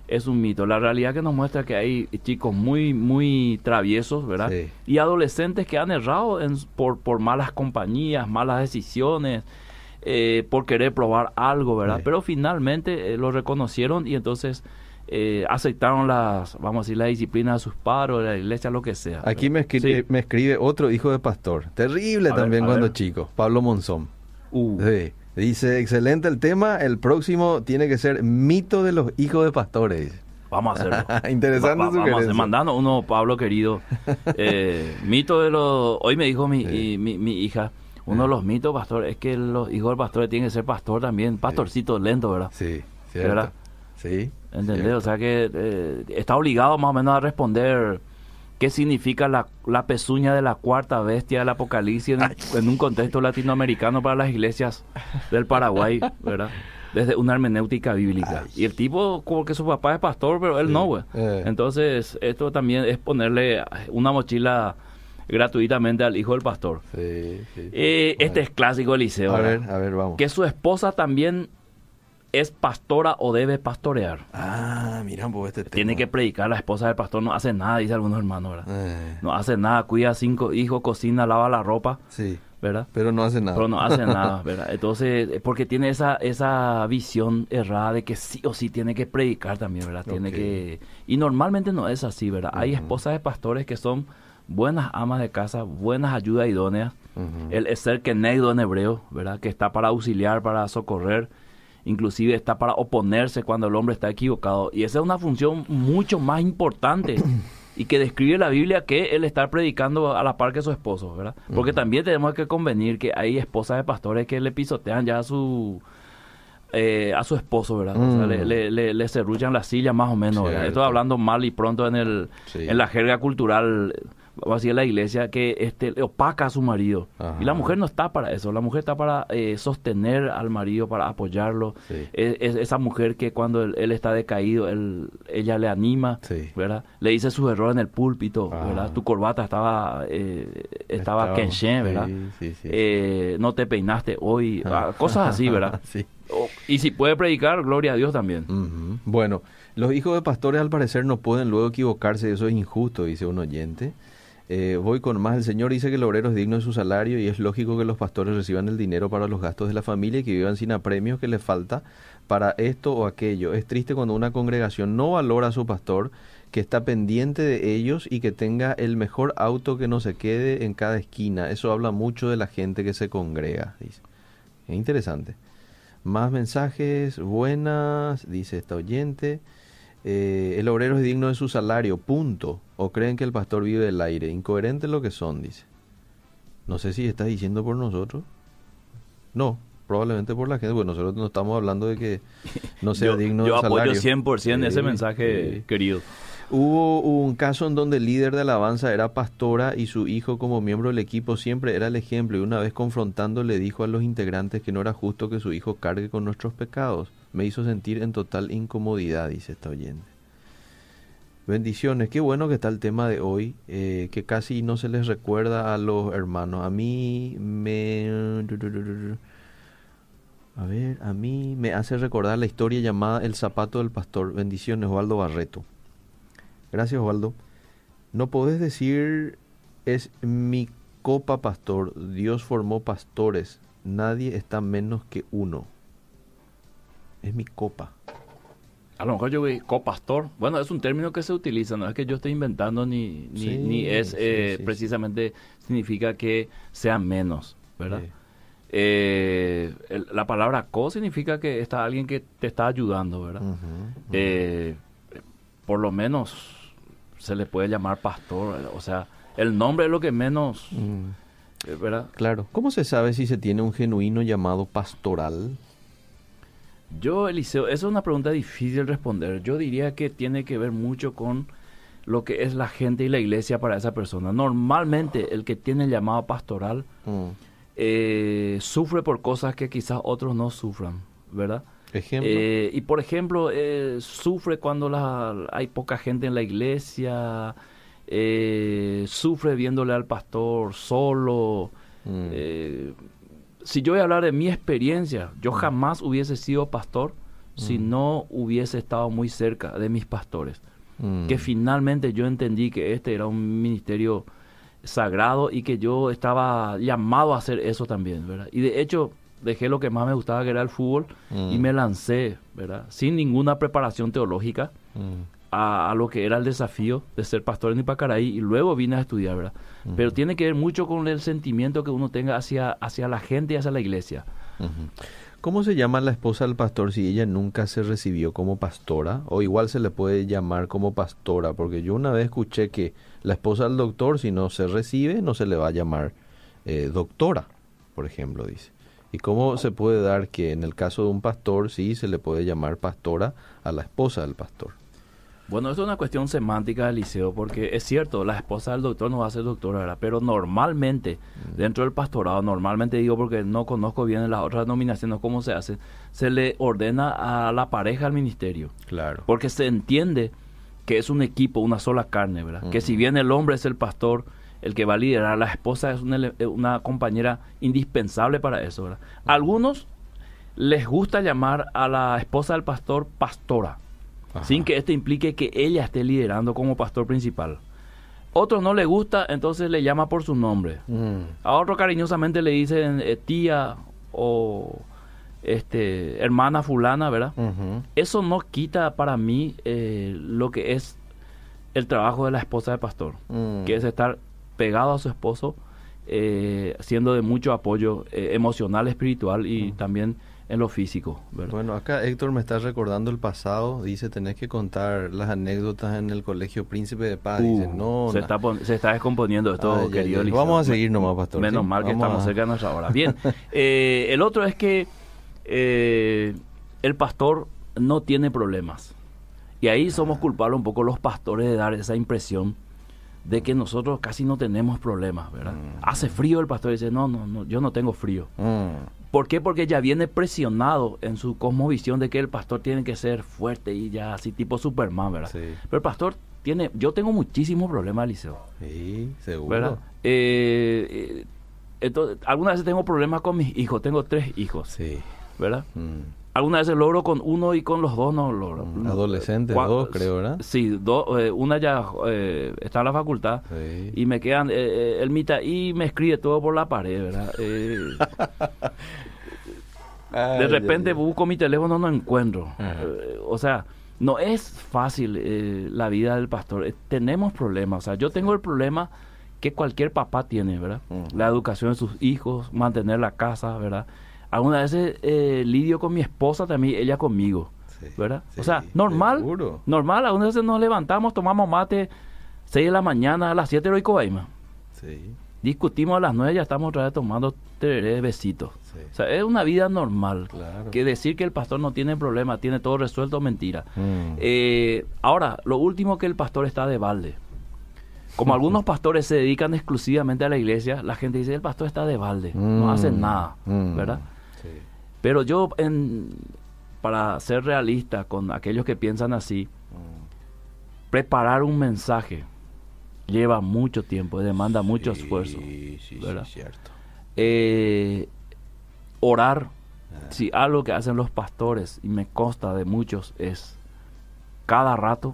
es un mito. La realidad que nos muestra que hay chicos muy, muy traviesos, ¿verdad? Sí. Y adolescentes que han errado en, por, por malas compañías, malas decisiones, eh, por querer probar algo, ¿verdad? Sí. Pero finalmente eh, lo reconocieron y entonces eh, aceptaron las, vamos a decir, la disciplina de sus padres, de la iglesia, lo que sea. Aquí me escribe, sí. me escribe otro hijo de pastor, terrible a también ver, cuando ver. chico, Pablo Monzón. Uh. Sí. Dice, excelente el tema, el próximo tiene que ser mito de los hijos de pastores. Vamos a hacerlo. Interesante va, va, Vamos a hacer, mandando uno, Pablo querido. Eh, mito de los... Hoy me dijo mi, sí. y, mi, mi hija, uno de los mitos, pastor, es que los hijos del pastor tienen que ser pastor también, pastorcito sí. lento, ¿verdad? Sí, cierto. ¿Verdad? Sí. ¿Entendés? Cierto. O sea que eh, está obligado más o menos a responder... ¿Qué significa la, la pezuña de la cuarta bestia del Apocalipsis en, en un contexto latinoamericano para las iglesias del Paraguay, ¿verdad? Desde una hermenéutica bíblica. Ay. Y el tipo, como que su papá es pastor, pero él sí. no, güey. Eh. Entonces, esto también es ponerle una mochila gratuitamente al hijo del pastor. Sí, sí. Eh, este es clásico Eliseo. A ver, a ver, vamos. Que su esposa también es pastora o debe pastorear. Ah, mira, pues este tema. Tiene que predicar, la esposa del pastor no hace nada, dice algunos hermanos, ¿verdad? Eh. No hace nada, cuida a cinco hijos, cocina, lava la ropa. Sí. ¿Verdad? Pero no hace nada. Pero no hace nada, ¿verdad? Entonces, porque tiene esa esa visión errada de que sí o sí tiene que predicar también, ¿verdad? Tiene okay. que... Y normalmente no es así, ¿verdad? Uh-huh. Hay esposas de pastores que son buenas amas de casa, buenas ayudas idóneas. Uh-huh. El ser keneido en hebreo, ¿verdad? Que está para auxiliar, para socorrer. Inclusive está para oponerse cuando el hombre está equivocado. Y esa es una función mucho más importante y que describe la Biblia que el estar predicando a la par que su esposo, ¿verdad? Porque uh-huh. también tenemos que convenir que hay esposas de pastores que le pisotean ya a su eh, a su esposo, ¿verdad? Uh-huh. O sea, le, le, le, le serrullan la silla más o menos, ¿verdad? Estoy hablando mal y pronto en el sí. en la jerga cultural, vamos a decir, la iglesia, que este le opaca a su marido. Ajá. Y la mujer no está para eso. La mujer está para eh, sostener al marido, para apoyarlo. Sí. Es, es esa mujer que cuando él, él está decaído, él, ella le anima, sí. ¿verdad? Le dice sus errores en el púlpito, ah. ¿verdad? Tu corbata estaba eh, estaba kenchen, ¿verdad? Sí, sí, sí, eh, sí. No te peinaste hoy. Ah. Cosas así, ¿verdad? Sí. O, y si puede predicar, gloria a Dios también. Uh-huh. Bueno, los hijos de pastores al parecer no pueden luego equivocarse. Eso es injusto, dice un oyente. Eh, voy con más. El Señor dice que el obrero es digno de su salario y es lógico que los pastores reciban el dinero para los gastos de la familia y que vivan sin apremios que les falta para esto o aquello. Es triste cuando una congregación no valora a su pastor, que está pendiente de ellos y que tenga el mejor auto que no se quede en cada esquina. Eso habla mucho de la gente que se congrega, dice. Es interesante. Más mensajes. Buenas, dice esta oyente. Eh, el obrero es digno de su salario, punto. O creen que el pastor vive del aire. Incoherentes lo que son, dice. No sé si estás diciendo por nosotros. No, probablemente por la gente. Bueno, nosotros no estamos hablando de que no sea yo, digno yo de salario. Yo apoyo cien por ciento sí, ese mensaje, sí. querido. Hubo un caso en donde el líder de alabanza era pastora y su hijo como miembro del equipo siempre era el ejemplo, y una vez confrontando le dijo a los integrantes que no era justo que su hijo cargue con nuestros pecados. Me hizo sentir en total incomodidad, dice esta oyente. Bendiciones, qué bueno que está el tema de hoy, eh, que casi no se les recuerda a los hermanos. A mí me... A ver, a mí me hace recordar la historia llamada El zapato del pastor. Bendiciones, Osvaldo Barreto. Gracias, Osvaldo. No podés decir es mi copa, pastor. Dios formó pastores. Nadie está menos que uno. Es mi copa. A lo mejor yo vi copastor. Bueno, es un término que se utiliza, no es que yo esté inventando ni, ni, sí, ni es eh, sí, sí, precisamente sí. Significa que sea menos, ¿verdad? Sí. Eh, el, la palabra co significa que está alguien que te está ayudando, ¿verdad? Uh-huh, uh-huh. Eh, por lo menos se le puede llamar pastor, o sea, el nombre es lo que menos, mm. ¿verdad? Claro. ¿Cómo se sabe si se tiene un genuino llamado pastoral? Yo, Eliseo, esa es una pregunta difícil de responder. Yo diría que tiene que ver mucho con lo que es la gente y la iglesia para esa persona. Normalmente el que tiene el llamado pastoral mm. eh, sufre por cosas que quizás otros no sufran, ¿verdad? Ejemplo. Eh, y por ejemplo, eh, sufre cuando la, hay poca gente en la iglesia, eh, sufre viéndole al pastor solo. Mm. Eh, si yo voy a hablar de mi experiencia, yo mm. jamás hubiese sido pastor mm. si no hubiese estado muy cerca de mis pastores. Mm. Que finalmente yo entendí que este era un ministerio sagrado y que yo estaba llamado a hacer eso también, ¿verdad? Y de hecho dejé lo que más me gustaba, que era el fútbol, mm. y me lancé, ¿verdad? Sin ninguna preparación teológica mm. a, a lo que era el desafío de ser pastor en Ipacaraí, y luego vine a estudiar, ¿verdad? Mm. Pero tiene que ver mucho con el sentimiento que uno tenga hacia, hacia la gente y hacia la iglesia. Mm-hmm. ¿Cómo se llama la esposa del pastor si ella nunca se recibió como pastora? O igual se le puede llamar como pastora, porque yo una vez escuché que la esposa del doctor, si no se recibe, no se le va a llamar eh, doctora, por ejemplo, dice. ¿Y cómo se puede dar que en el caso de un pastor sí se le puede llamar pastora a la esposa del pastor? Bueno, esto es una cuestión semántica, Eliseo, porque es cierto, la esposa del doctor no va a ser doctora, ¿verdad? Pero normalmente, mm. dentro del pastorado, normalmente digo porque no conozco bien en las otras denominaciones cómo se hace, se le ordena a la pareja al ministerio. Claro. Porque se entiende que es un equipo, una sola carne, ¿verdad? Mm. Que si bien el hombre es el pastor, el que va a liderar, la esposa es una, una compañera indispensable para eso, ¿verdad? Mm. A algunos les gusta llamar a la esposa del pastor pastora. Ajá. Sin que esto implique que ella esté liderando como pastor principal. Otros no le gusta, entonces le llama por su nombre. Mm. A otro cariñosamente le dicen eh, tía o este hermana fulana, ¿verdad? Uh-huh. Eso no quita para mí eh, lo que es el trabajo de la esposa del pastor, mm. que es estar pegado a su esposo, eh, siendo de mucho apoyo eh, emocional, espiritual y mm. también en lo físico, ¿verdad? Bueno, acá Héctor me está recordando el pasado, dice, tenés que contar las anécdotas en el Colegio Príncipe de Paz. Uh, dice, no, se, está pon- se está descomponiendo esto, ah, querido ya, ya. Vamos a seguir nomás, pastor. Menos ¿sí? mal que Vamos estamos a... cerca de nuestra hora. Bien, eh, el otro es que eh, el pastor no tiene problemas. Y ahí somos culpables un poco los pastores de dar esa impresión de que nosotros casi no tenemos problemas, ¿verdad? Mm. Hace frío, el pastor dice, no, no, no, yo no tengo frío. Mm. ¿Por qué? Porque ya viene presionado en su cosmovisión de que el pastor tiene que ser fuerte y ya así tipo Superman, ¿verdad? Sí. Pero el pastor tiene, yo tengo muchísimos problemas, Eliseo. Sí, seguro. ¿Verdad? Eh, eh, entonces, algunas veces tengo problemas con mis hijos, tengo tres hijos. Sí. ¿Verdad? Mm. Algunas veces logro con uno y con los dos no logro. Mm. Adolescentes, Cua- dos creo, ¿verdad? Sí, dos, eh, una ya eh, está en la facultad, sí. Y me quedan, eh, el mitad y me escribe todo por la pared, ¿verdad? Eh, Ay, de repente ay, ay. busco mi teléfono, no encuentro. Eh, o sea, no es fácil eh, la vida del pastor. Eh, tenemos problemas. O sea, yo tengo el problema que cualquier papá tiene, ¿verdad? Uh-huh. La educación de sus hijos, mantener la casa, ¿verdad? Algunas veces eh, lidio con mi esposa también, ella conmigo, sí, ¿verdad? Sí, o sea, normal, seguro. normal. Algunas veces nos levantamos, tomamos mate, seis de la mañana, a las siete de Cobaima. Sí. Discutimos a las nueve, ya estamos otra vez tomando tereré, besitos. Sí. O sea, es una vida normal. Claro. Que decir que el pastor no tiene problema, tiene todo resuelto, mentira. Mm. Eh, ahora, lo último, que el pastor está de balde. Como algunos pastores se dedican exclusivamente a la iglesia, la gente dice, el pastor está de balde, mm. no hace nada, mm. ¿verdad? Sí. Pero yo, en, para ser realista con aquellos que piensan así, mm. preparar un mensaje lleva mucho tiempo, demanda mucho sí, esfuerzo, sí, ¿verdad? Sí, cierto. Eh, orar, ah. si algo que hacen los pastores, y me consta de muchos, es cada rato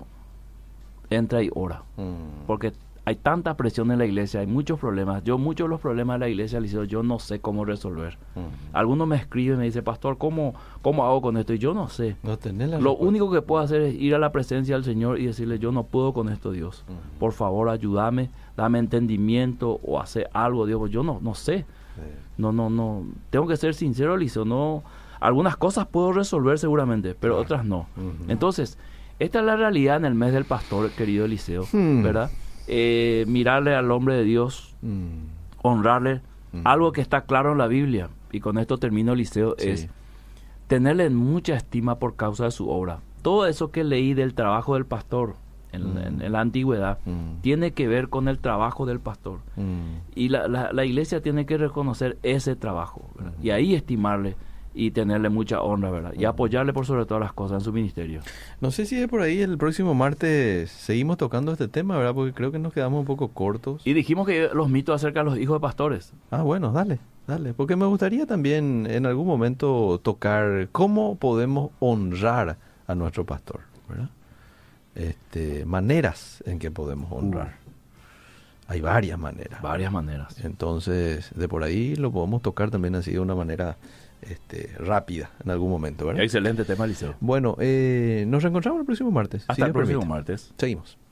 entra y ora, mm. porque hay tanta presión en la iglesia, hay muchos problemas. Yo muchos de los problemas de la iglesia, Eliseo, yo no sé cómo resolver. Uh-huh. Algunos me escriben y me dicen, pastor, ¿cómo, ¿cómo hago con esto? Y yo no sé. No tenés la Lo respuesta. único que puedo hacer es ir a la presencia del Señor y decirle, yo no puedo con esto, Dios. Uh-huh. Por favor, ayúdame, dame entendimiento o hacer algo, Dios. Yo no, no sé. Sí. No, no, no. Tengo que ser sincero, Eliseo. No, algunas cosas puedo resolver seguramente, pero claro. otras no. Uh-huh. Entonces, esta es la realidad en el mes del pastor, querido Eliseo, hmm. ¿verdad? Eh, mirarle al hombre de Dios, mm. honrarle, mm. algo que está claro en la Biblia, y con esto termino, Eliseo, sí. es tenerle en mucha estima por causa de su obra. Todo eso que leí del trabajo del pastor en, mm. en, en la antigüedad mm. tiene que ver con el trabajo del pastor, mm. y la, la, la iglesia tiene que reconocer ese trabajo, ¿verdad? Mm. Y ahí estimarle y tenerle mucha honra, ¿verdad? Y apoyarle por sobre todas las cosas en su ministerio. No sé si de por ahí el próximo martes seguimos tocando este tema, ¿verdad? Porque creo que nos quedamos un poco cortos. Y dijimos que los mitos acerca de los hijos de pastores. Ah, bueno, dale, dale. Porque me gustaría también en algún momento tocar cómo podemos honrar a nuestro pastor, ¿verdad? Este, maneras en que podemos honrar. Uh. Hay varias maneras. Varias maneras. Entonces, de por ahí lo podemos tocar también así de una manera este, rápida en algún momento, ¿verdad? Excelente tema, Liceo. Bueno, eh, nos reencontramos el próximo martes. Hasta si el próximo permite. martes. Seguimos.